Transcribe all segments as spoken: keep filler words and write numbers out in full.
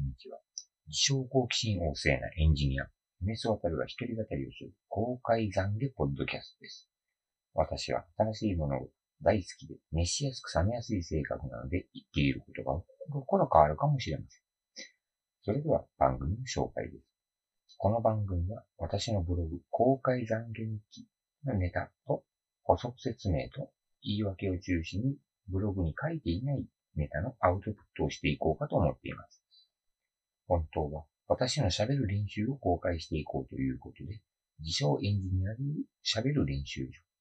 んにちは。自称好奇心旺盛なエンジニア、メスワタルが一人語りをする公開懺悔ポッドキャストです。私は新しいものを大好きで熱しやすく冷めやすい性格なので言っていることがコロコロ変わるかもしれません。それでは番組の紹介です。この番組は私のブログ公開懺悔日記のネタと補足説明と言い訳を中心にブログに書いていないネタのアウトプットをしていこうかと思っています。本当は私の喋る練習を公開していこうということで、自称エンジニアで喋る練習所。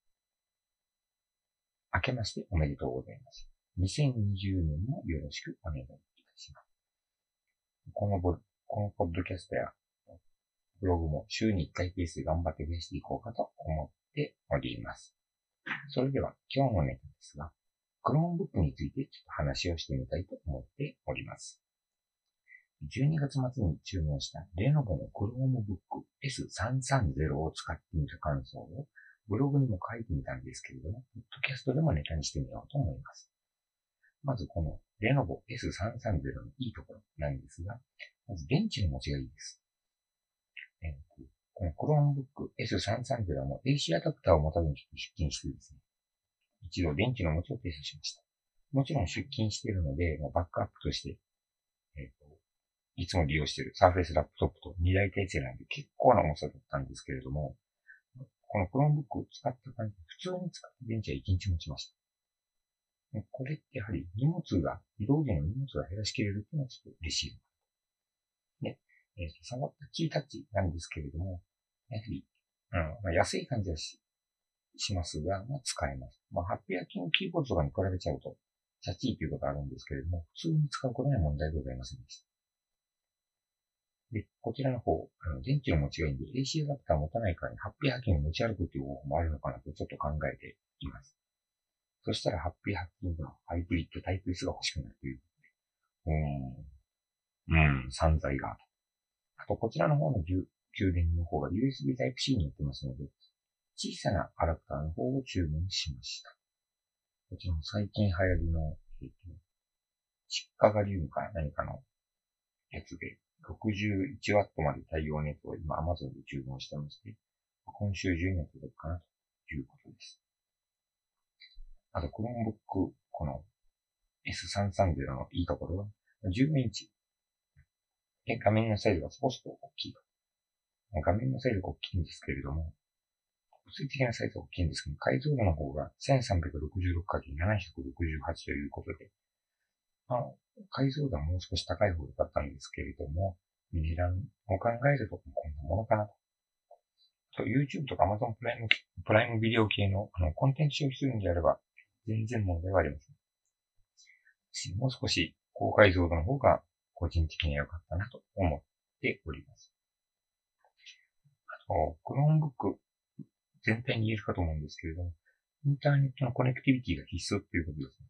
明けましておめでとうございます。にせんにじゅうねんもよろしくお願いいたします。このボ、このポッドキャストやブログも週にいっかいペースで頑張って増やしていこうかと思っております。それでは今日のネタですが、Chromebook についてちょっと話をしてみたいと思っております。じゅうにがつ末に注文したレノボの Chromebook エスさんさんゼロ を使ってみた感想をブログにも書いてみたんですけれども、ポッドキャストでもネタにしてみようと思います。まずこのレノボ エスさんさんゼロ のいいところなんですが、まず電池の持ちがいいです。えー、この Chromebook エスさんさんゼロ も エーシー アダプターを持たずに出勤してですね、一度電池の持ちを停止しました。もちろん出勤しているので、バックアップとして、えーと、いつも利用している Surface ラップトップとにだい体制なんで結構な重さだったんですけれども、この Chromebook を使った感じ、普通に使った電池はいちにち持ちました。これってやはり荷物が、移動時の荷物が減らしきれるっていうのはちょっと嬉しい。で、えーと、触ったキータッチなんですけれども、やはり、うんまあ、安い感じはししますが、まあ、使えます。まあ、はっぴゃく均のキーボードとかに比べちゃうと、チャチーということがあるんですけれども、普通に使うことには問題ございませんでした。で、こちらの方、あの電池の持ちがいいんで、エーシー アダプターを持たないからにはっぴゃく均を持ち歩くという方法もあるのかなとちょっと考えています。そしたらはっぴゃく均のハイブリッドタイプ S が欲しくなるという。うーん、うん、散財が。あと、こちらの方の充電の方が ユーエスビー タイプ C になってますので、小さなアダプターの方を注文しました。こちらも最近流行りの、えっと、窒化ガリウムか何かのやつで、ろくじゅういちワットまで対応ネットを今 Amazon で注文してまして、今週中には届くかなということです。あと、Chromebook、この エスさんさんゼロ のいいところは、じゅうインチ。画面のサイズが少し大きいと。画面のサイズが大きいんですけれども、物理的なサイズが大きいんですけど、解像度の方が せんさんびゃくろくじゅうろくかけるななひゃくろくじゅうはち ということで、まあ、解像度はもう少し高い方だったんですけれども、値段を考えるとこんなものかなと。と YouTube とか Amazon プライム、プライムビデオ系のあのコンテンツ消費するんであれば、全然問題はありません。もう少し高解像度の方が個人的には良かったなと思っております。あと、Chromebook 全体に言えるかと思うんですけれども、インターネットのコネクティビティが必須ということですね。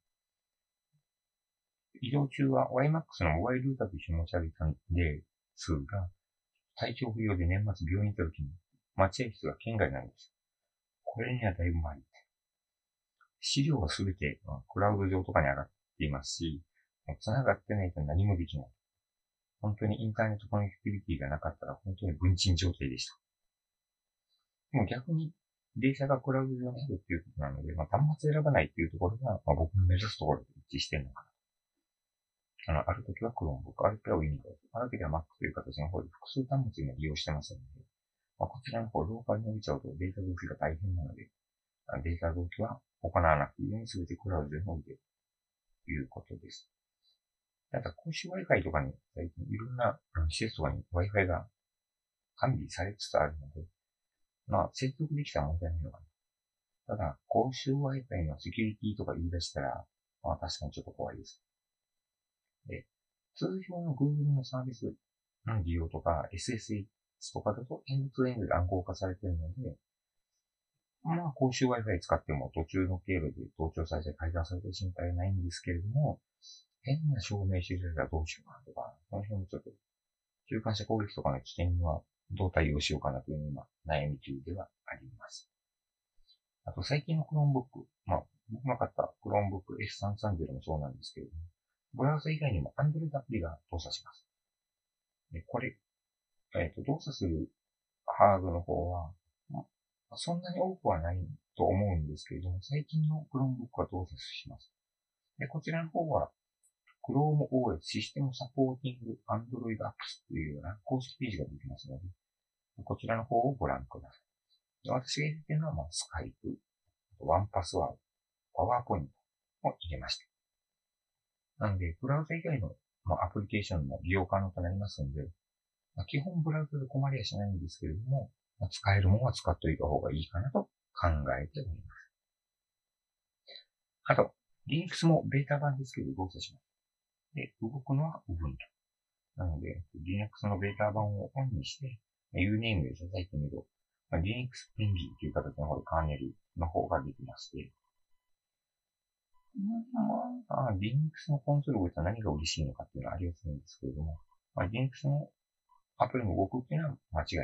移動中は ワイマックス のモバイルルーターと一緒に持ち歩いたんですが、体調不良で年末病院に行った時に待合室が圏外なんです。これにはだいぶ参って。資料はすべてクラウド上とかに上がっていますし、繋がってないと何もできない。本当にインターネットコネクティビティがなかったら本当に文鎮状態でした。でも逆にデータがクラウド上にあるっていうことなので、まあ、端末選ばないっていうところが、まあ、僕の目指すところと一致してるのかな。あの、ある時は Chromebook、ある時は Windows、ある時は Mac という形の方で複数端末今利用してますので、まあ、こちらの方ローカルに置いちゃうとデータ同期が大変なので、データ同期は行わなくていいように全てクラウドで置いてということです。ただ、公衆 Wi-Fi とかに最近いろんな施設とかに Wi-Fi が完備されつつあるので、まあ、接続できたら問題ないのかな。ただ、公衆 Wi-Fi のセキュリティとか言い出したら、まあ確かにちょっと怖いです。で、通常の Google のサービスの利用とか エスエスエイチ とかだとエンドツーエンドで暗号化されているので、まあ公衆 Wi-Fi 使っても途中の経路で盗聴されて改ざんされて心配はないんですけれども、変な証明書がどうしようかなとか、その辺もちょっと、中間者攻撃とかの危険にはどう対応しようかなというの今、悩み中ではあります。あと最近の Chromebook、まあ、僕が買った Chromebook エスさんさんゼロ もそうなんですけれども、ブラウザ以外にも Android アプリが搭載します。 で、これ、えっと、動作するハードの方は、まあそんなに多くはないと思うんですけれども、最近の Chromebook は動作します。で、こちらの方は、Chrome オーエス システムサポーティング Android Apps というような公式ページができますので、こちらの方をご覧ください。で、私が入れているのは、まあ、Skype、ワンパスワード、パワーポイントを入れました。なので、ブラウザ以外の、まあ、アプリケーションも利用可能となりますので、まあ、基本ブラウザで困りはしないんですけれども、まあ、使えるものは使っておいた方がいいかなと考えております。あと、Linux もベータ版ですけど動作します。で、動くのは Ubuntu。なので、Linux のベータ版をオンにして、ユーネームで叩いてみると、まあ、Linux ペンギンという形の方でカーネルの方ができまして、まあ、Linux のコンソールを置いたら何が嬉しいのかっていうのはありやすいんですけれども、まあ、Linux のアプリも動くっていうのは間違いない。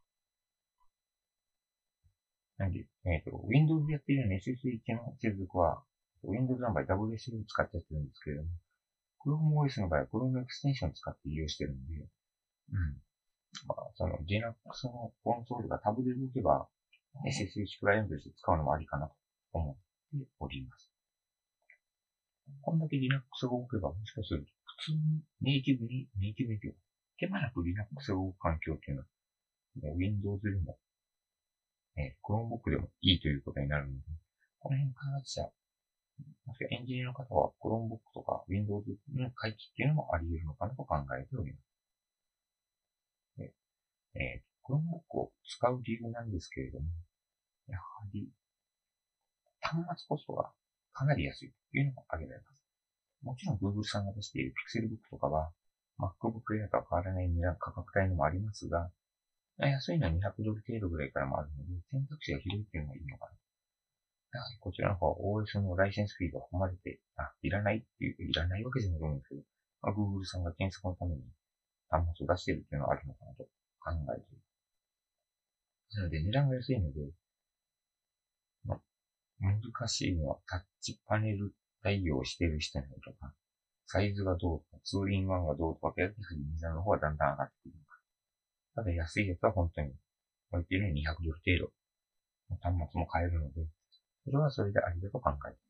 なんで、えっ、ー、と、Windows でやっているような エスエスエイチ の接続は、Windows の場合 ダブリューエス を使ってやってるんですけれども、ChromeOS の場合は Chrome エクステンションを使って利用してるんで、うん。まあ、その Linux のコンソールがタブで動けば、エスエスエイチ クライアントとして使うのもありかなと思っております。こんだけ Linux が動けば、もしかすると普通にネイティブに、ネイティブにというか、手間なく Linux が動く環境っていうのは、Windows でも、えー、Chromebook でもいいということになるので、この辺開発者、もしくはエンジニアの方は Chromebook とか Windows の回帰っていうのもあり得るのかなと考えております。でえー、Chromebook を使う理由なんですけれども、やはり、端末コストがかなり安いというのが挙げられます。もちろん Google さんが出している Pixelbook とかは MacBook Air とは変わらない値段価格帯のもありますが、安いのはにひゃくドル程度ぐらいからもあるので、選択肢が広いっていうのがいいのかな。やはりこちらの方は オーエス のライセンスフィーが含まれて、あ、いらないっていう、いらないわけじゃないと思うんですけど、まあ、Google さんが検索のために端末を出しているっていうのはあるのかなと考えている。なので値段が安いので、まあ、難しいのはタッチパネル対応しているしてないとか、サイズがどうとか、ツーインワンがどうとかってやって、値段の方はだんだん上がってくる。ただ安いやつは本当に置いているにひゃくドル程度の端末も買えるので、それはそれでありだと考えています。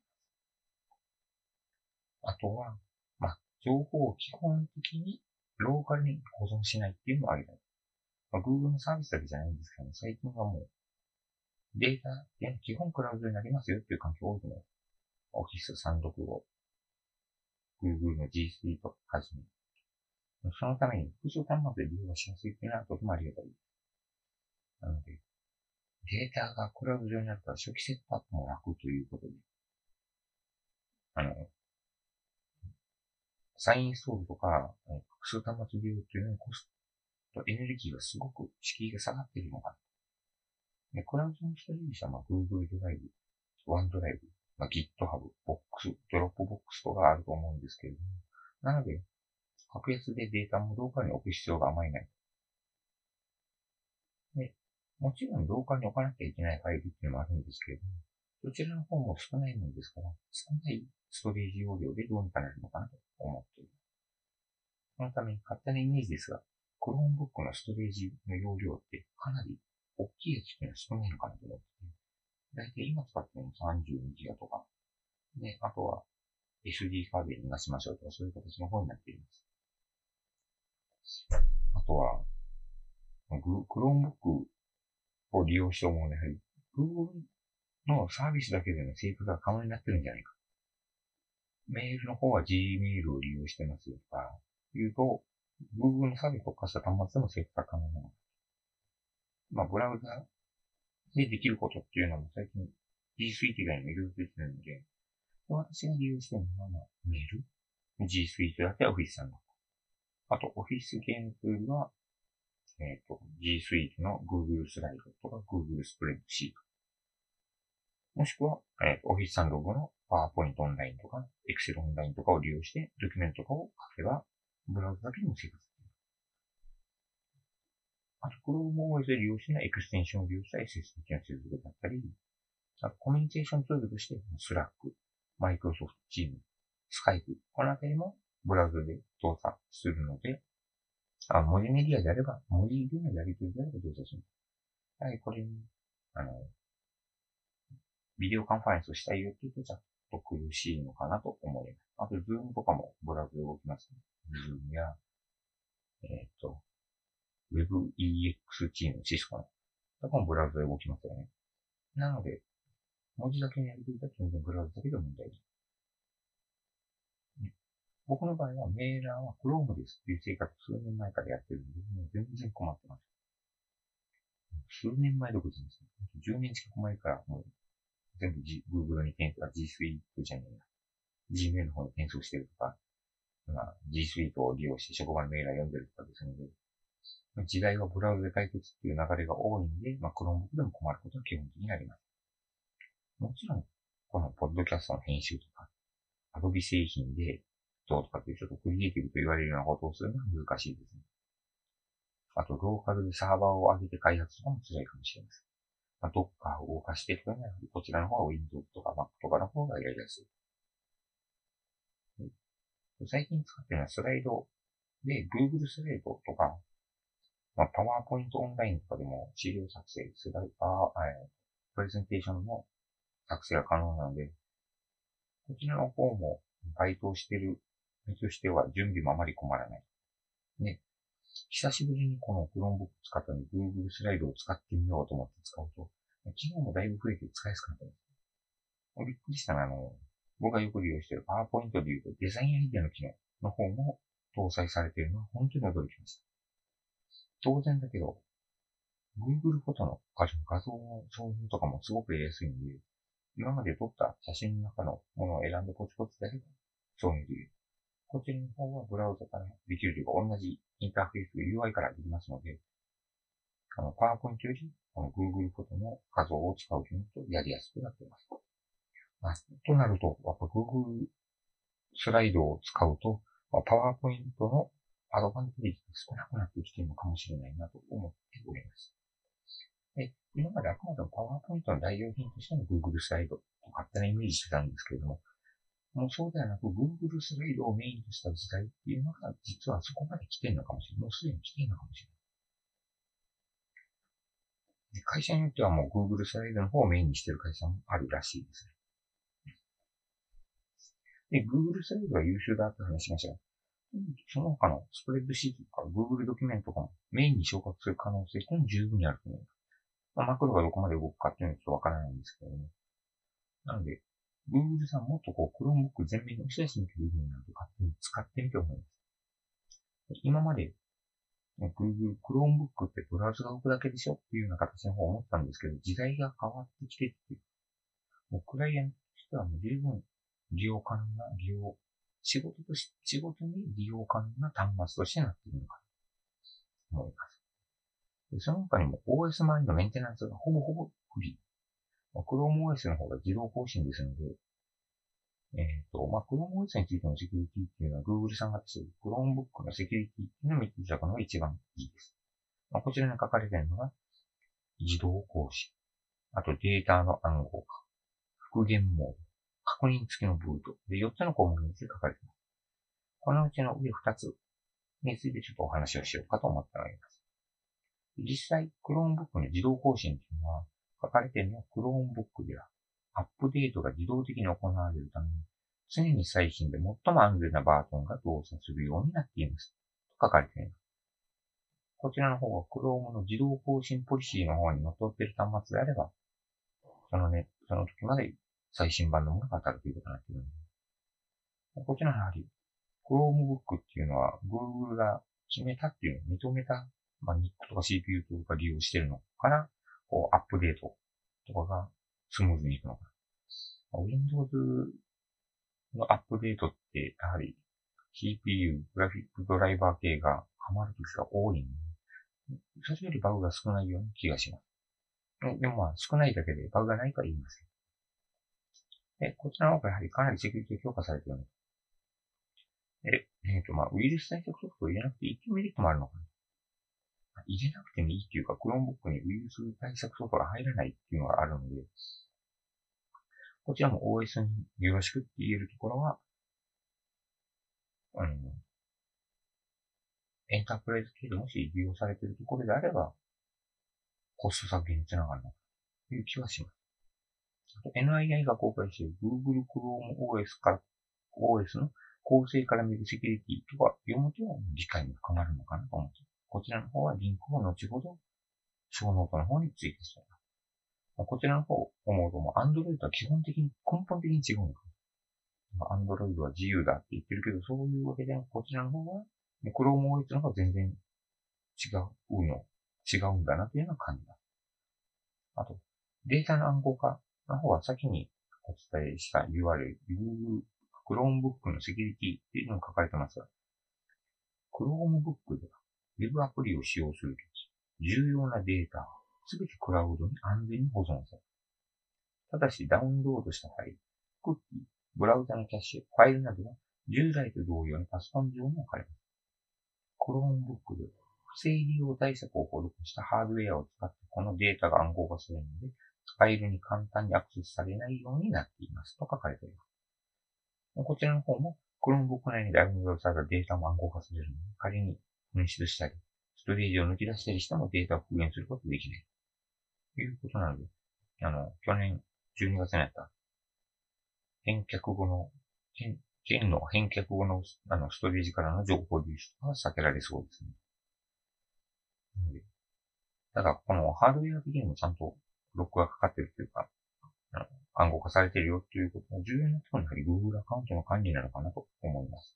あとは、まあ、情報を基本的にローカルに保存しないっていうのもありだ。まあ、Google のサービスだけじゃないんですけど、最近はもうデータ、基本クラウドになりますよっていう環境多いと思います。オフィスさんろくご、Google の G スイートはじめ。そのために複数端末で利用しやすいっていうのはとてもありがたい。なので、データがクラウド上になったら初期セットアップも楽ということで、あの、再インストールとか、複数端末利用っていうのにコスト、エネルギーがすごく敷居が下がっているのかな。で、クラウドのストレージは、まあ、Google ドライブ、OneDrive、まあ、GitHub、Box、Dropbox とかあると思うんですけれども、なので、格安でデータもローカルに置く必要があまりない。で、もちろんローカルに置かなきゃいけないファイルっていうのもあるんですけれども、どちらの方も少ないものですから、少ないストレージ容量でどうにかなるのかなと思っています。そのために勝手なイメージですが、Chromebook のストレージの容量ってかなり大きいやつっていうのは少ないのかなと思っていて、だいたい今使ってるのさんじゅうにギガとか、で、あとは エスディー カードで逃がしましょうとか、そういう形の方になっています。あとは、Chromebook を利用して思うのは、やはり Google のサービスだけでの生活が可能になってるんじゃないか。メールの方は Gmail を利用してますよとか、言うと、Google のサービスを特化した端末でも生活が可能なの。まあ、ブラウザでできることっていうのも最近 G Suite 以外にもいろいろ出てるので、私が利用しているのは、まあ、メール G Suite だってオフィスさんの。あと、オフィス系のツールは、えっ、ー、と、G Suite の Google スライドとか Google スプレッドシート。もしくは、えっ、ー、と、オフィスさんろくごの PowerPoint オンラインとか、Excel オンラインとかを利用して、ドキュメントとかを書けば、ブラウザだけでも生活できる。あと、ChromeOS で利用してのエクステンションを利用した エスエスエイチ の接続だったり、あと、コミュニケーションツールとして、Slack、Microsoft Teams、Skype、このあたりもブラウザで動作するので、 あ、文字メディアであれば、文字でのやり取りであればどうぞする。はい、これに、あの、ビデオカンファレンスをしたいよって言うと、ちょっと苦しいのかなと思います。あと、ズームとかもブラウザで動きますね。ズームや、えっと、WebEX チーム、シスコの。とかもブラウザで動きますよね。なので、文字だけのやり取りだと全然ブラウザだけで問題です。僕の場合はメーラーは Chrome ですっていう生活数年前からやってるんで、もう全然困ってます。数年前どころじゃないですね。じゅうねん近く前からもう全部、G、Google に転送、G Suite じゃねえや。Gmail の方に転送してるとか、まあ、G Suite を利用して職場のメーラー読んでるとかですので、時代はブラウザで解決っていう流れが多いんで、まあ、Chromebook でも困ることは基本的にあります。もちろん、このポッドキャストの編集とか、Adobe 製品でどうとかっていうちょっとクリエイティブと言われるようなことをするのは難しいですね。あと、ローカルでサーバーを上げて開発とかも辛いかもしれません。まあ、Docker を動かしていくのは、こちらの方が Windows とか Mac とかの方がやりやすい。最近使ってるのはスライドで、Google スライドとか、まあ、PowerPoint オンラインとかでも資料作成、スライダー、プレゼンテーションの作成が可能なので、こちらの方も該当している身としては準備もあまり困らない。で、久しぶりにこの Chromebook 使ったので Google スライドを使ってみようと思って使うと、機能もだいぶ増えて使いやすくなったんです。びっくりしたのは、あの、僕がよく利用している PowerPoint でいうとデザインアイデアの機能の方も搭載されているのは本当に驚きました。当然だけど、Google フォトの画像の挿入とかもすごくやりやすいんで、今まで撮った写真の中のものを選んでポチポチだけど挿入できる。こちらの方はブラウザからできるというか同じインターフェース ユーアイ からできますので、あの、PowerPoint よりこの Google フォトの画像を使うというのとやりやすくなっています。まあ、となると、やっぱ Google スライドを使うと、まあ、PowerPoint のアドバンテージが少なくなってきているのかもしれないなと思っております。で、今まであくまでも PowerPoint の代用品としての Google スライドと勝手なイメージしてたんですけれども、もうそうではなく Google スライドをメインとした時代っていうのが実はそこまで来てるのかもしれない。もうすでに来てるのかもしれない。会社によってはもう Google スライドの方をメインにしてる会社もあるらしいですね。で、Google スライドが優秀だって話しましたが、その他のスプレッドシートとか Google ドキュメントとかもメインに昇格する可能性っていうのも十分にあると思います。まあ、マクロがどこまで動くかっていうのはちょっとわからないんですけれども。なので、Google さんもっとこう、Chromebook 全面に押し出してみていいようになると勝手に使ってみて思います。今まで、Google Chromebook ってブラウザが動くだけでしょっていうような形の方を思ったんですけど、時代が変わってきてっていう。もうクライアントとしてはもう十分利用可能な利用、仕事とし、仕事に利用可能な端末としてなっているのかと思います。でその他にも オーエス 周りのメンテナンスがほぼほぼフリー。ChromeOS の方が自動更新ですので、えっ、と、まあ、ChromeOS についてのセキュリティっていうのは Google さんが出している Chromebook のセキュリティっていうのを見ていただくのが一番いいです。まあ、こちらに書かれているのが自動更新。あとデータの暗号化。復元モード。確認付きのブート。で、よっつの項目について書かれています。このうちの上ふたつについてちょっとお話をしようかと思っております。実際、Chromebook の自動更新っていうのは、書かれているのは Chromebook では、アップデートが自動的に行われるために、常に最新で最も安全なバージョンが動作するようになっています。と書かれています。こちらの方は Chrome の自動更新ポリシーの方に則っている端末であれば、そのね、その時まで最新版のものが当たるということになっているので。こちらのやはり、Chromebook っていうのは Google が決めたっていうのを認めた、まあ、ニック とか シーピーユー とか利用しているのから、こう、アップデートとかがスムーズにいくのかな。Windows のアップデートって、やはり シーピーユー、グラフィックドライバー系がハマる時が多いんで、それよりバグが少ないような気がします。でもまあ、少ないだけでバグがないとは言いません。で、こちらの方がやはりかなりセキュリティ強化されているので、え、えっ、ー、と、まあ、ウイルス対策ソフトを入れなくていいっていうメリットもあるのかな。入れなくてもいいっていうか、Chromebook にウイルス対策ソフトが入らないっていうのがあるので、こちらも オーエス によろしくって言えるところは、あの、 エンタープライズ系でもし利用されているところであれば、コスト削減につながるのかという気はします。あと エヌアイアイ が公開している Google Chrome オーエス から、オーエス の構成から見るセキュリティとか読むと理解も深まるのかなと思って、こちらの方はリンクを後ほど小ノートの方に追加しています。こちらの方を思うと、Android とは基本的に、根本的に違うのかな。Android は自由だって言ってるけど、そういうわけでも、こちらの方は、Chrome オーエス の方が全然違うの、違うんだなというような感じます。あと、データの暗号化の方は先にお伝えした ユーアールエル、Google Chromebook のセキュリティっていうのを書かれてますが、Chromebook では Web アプリを使用するとき、重要なデータをすべてクラウドに安全に保存される。ただしダウンロードしたファイル、クッキー、ブラウザのキャッシュ、ファイルなどは従来と同様にパソコン上に置かれます。Chromebook では不正利用対策を施したハードウェアを使ってこのデータが暗号化されるので、ファイルに簡単にアクセスされないようになっていますと書かれています。こちらの方も Chromebook 内にダウンロードされたデータも暗号化されるので、仮に紛失したり、ストレージを抜き出したりしてもデータを復元することができない。ということなので、あの、去年じゅうにがつにやった返却後の、県の返却後のあのストレージからの情報流出は避けられそうですね。ただ、このハードウェア的にもちゃんとロックがかかってるというか、暗号化されているよということの重要なところにやはり Google アカウントの管理なのかなと思います。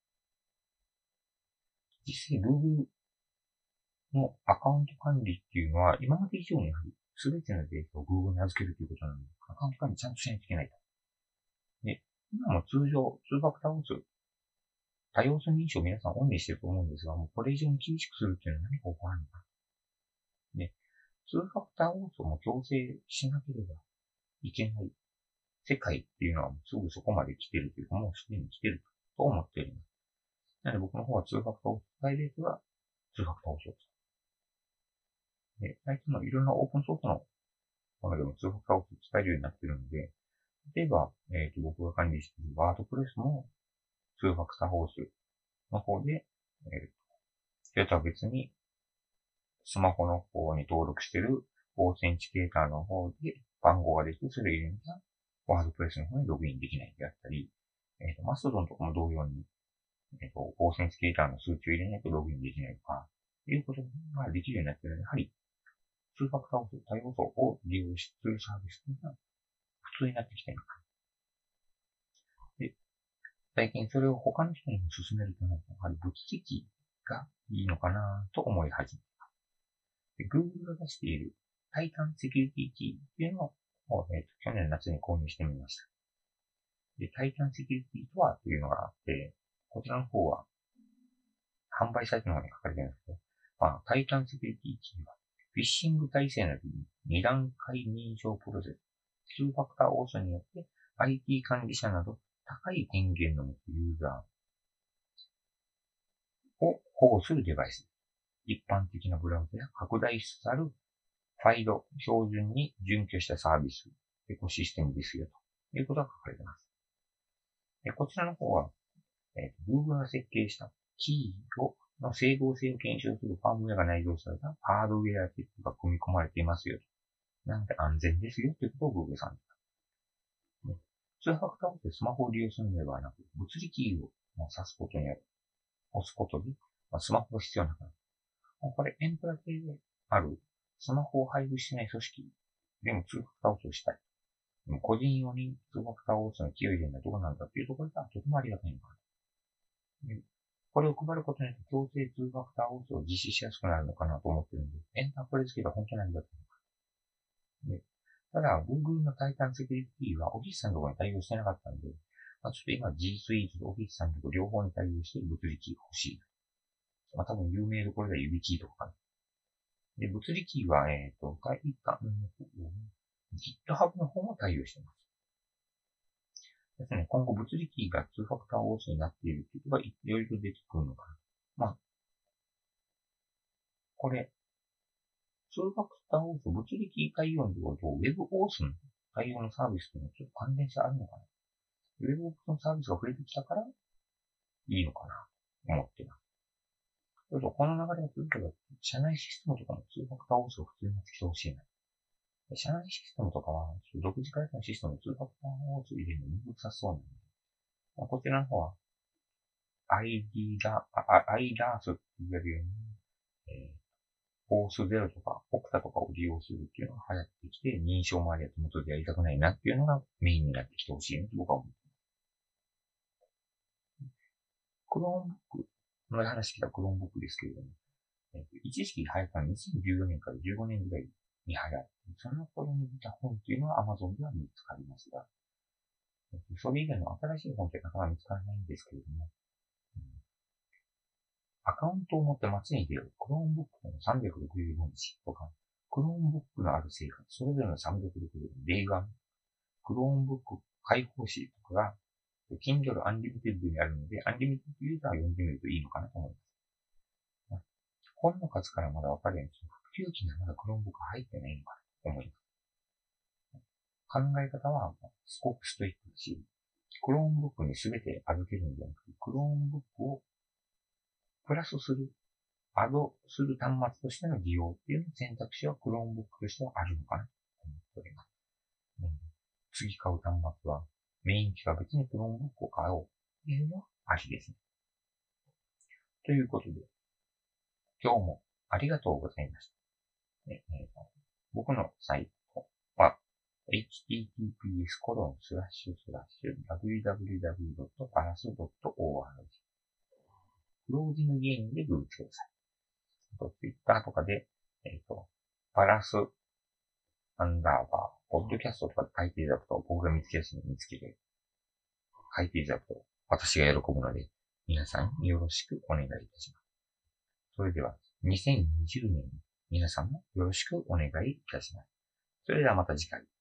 実際 Google のアカウント管理っていうのは今まで以上にやはり全てのデータを Google に預けるということなので、アカウント管理ちゃんとしないといけないと。で、今も通常、ツーファクターオース、多要素認証を皆さんオンにしてると思うんですが、もうこれ以上に厳しくするっていうのは何か起こらないか。で、ツーファクターオースをも強制しなければいけない世界っていうのはもうすぐそこまで来てるというか、もうすでに来てると思っております。なので僕の方はツーファクターオース使いベースはツーファクターオースを使う。で、最近のいろんなオープンソースのものでもツーファクターオース使えるようになっているので、例えば、えっと、僕が管理しているワードプレスもツーファクターオースの方で、えっと、それとは別にスマホの方に登録しているオーセンチケーターの方で番号ができて、それを入れたワードプレスの方にログインできないであったり、えっと、マストドンとかも同様に、えっと、オーセンチケーターの数値を入れないとログインできないとか、いうことができるようになっているので、やはり、ツーファクターオース、多要素を利用するサービスというのは普通になってきているのか。で、最近それを他の人にも進めるとなると、やはり物理機がいいのかなと思い始めた。で、Google が出している Titan セキュリティキーっていうのを、えっと、去年の夏に購入してみました。で、Titan セキュリティとはというのがあって、こちらの方は販売サイトの方に書かれてるんですけど、まあ、Titan セキュリティキーは、フィッシング体制のに段階認証プロセス、ツーファクターオースによって アイティー 管理者など高い権限の持つユーザーを保護するデバイス。一般的なブラウザや拡大しつつあるファイル標準に準拠したサービス、エコシステムですよということが書かれています。でこちらの方は、えー、Google が設計したキーをの整合性を検証するファームウェアが内蔵されたハードウェアチップが組み込まれていますよと。なので安全ですよということを Google さんに。ツーファクターオースでスマホを利用するのではなく、物理キーを挿すことによる、押すことで、まあ、スマホが必要なくなる。これ、エンプラ系である、スマホを配布してない組織でもツーファクターオースをしたい。でも個人用にツーファクターオースのキーを入れるのはどうなんだっていうところがとてもありがたいのかな。これを配ることによって強制ツーファクターオースを実施しやすくなるのかなと思ってるんで、エンタープライズ系が本当にありがたいのかな。で、ただ、Google の Titan セキュリティは Office さんのところに対応してなかったんで、まあ、ちょっと今 G Suite と Office さんのところ両方に対応して物理キーが欲しい。まあ、多分有名どころでは指キーとかかな。で、物理キーは、えっ、ー、と、Titan の GitHub の方も対応しています。ですね、今後物理キーがツーファクターオースになっているということがいろいろ出てくるのかな。まあ、これ、ツーファクターオース、物理キー対応のところと Web オースの対応のサービスというのはちょっと関連性あるのかな。Web オースのサービスが増えてきたからいいのかなと思っています。 そうそう、この流れが続けば、社内システムとかも通学タオスを普通にやってきてほしいな。社内システムとかは、独自開発のシステムに通学タオス入れるのめんどくさそうなので、まあ、こちらの方は、アイディー ラ、アイダースって言われるように、えー、フォースゼロとか、オクタとかを利用するっていうのが流行ってきて、認証周りは手元でやりたくないなっていうのがメインになってきてほしいなと僕は思う。クローンブック、この話来たクローンブックですけれども、えー、一時期流行ったのはにせんじゅうよねんからじゅうごねんぐらいに流行って、その頃に見た本っていうのは Amazon では見つかりますが、それ以外の新しい本ってなかなか見つからないんですけれども、うん、アカウントを持って街に出よう。クローンブックのさんびゃくろくじゅうごにちとか、クローンブックのある生活、それぞれのさんびゃくろくじゅうご例外、クローンブック開放誌とかが、Kindle Unlimited にあるので、Unlimited ユーザーを読んでみるといいのかなと思います。本の数からまだわかるように、普及期にはまだクローンブック入ってないのかなと思います。考え方はすごくストイックだし、クローンブックに全て預けるんじゃなくて、クローンブックをプラスする、アドする端末としての利用っていう選択肢はクローンブックとしてはあるのかなと思っております。うん、次買う端末はメイン機か別にクローンブックを買おうっていうのはありですね。ということで、今日もありがとうございました。えー、僕のサイトは エイチティーティーピーエスコロンスラッシュスラッシュダブリューダブリューダブリュードットパラスドットオーアールジー クロージングゲームでググってください。あと、ツイッターとかで、えっ、ー、と、パラスアンダーバー、ポッドキャストとかで書いていただくと、僕が見つけやすいの見つけて、書いていただくと、私が喜ぶので、皆さんよろしくお願いいたします。それでは、にせんにじゅうねん、皆さんもよろしくお願いいたします。それではまた次回。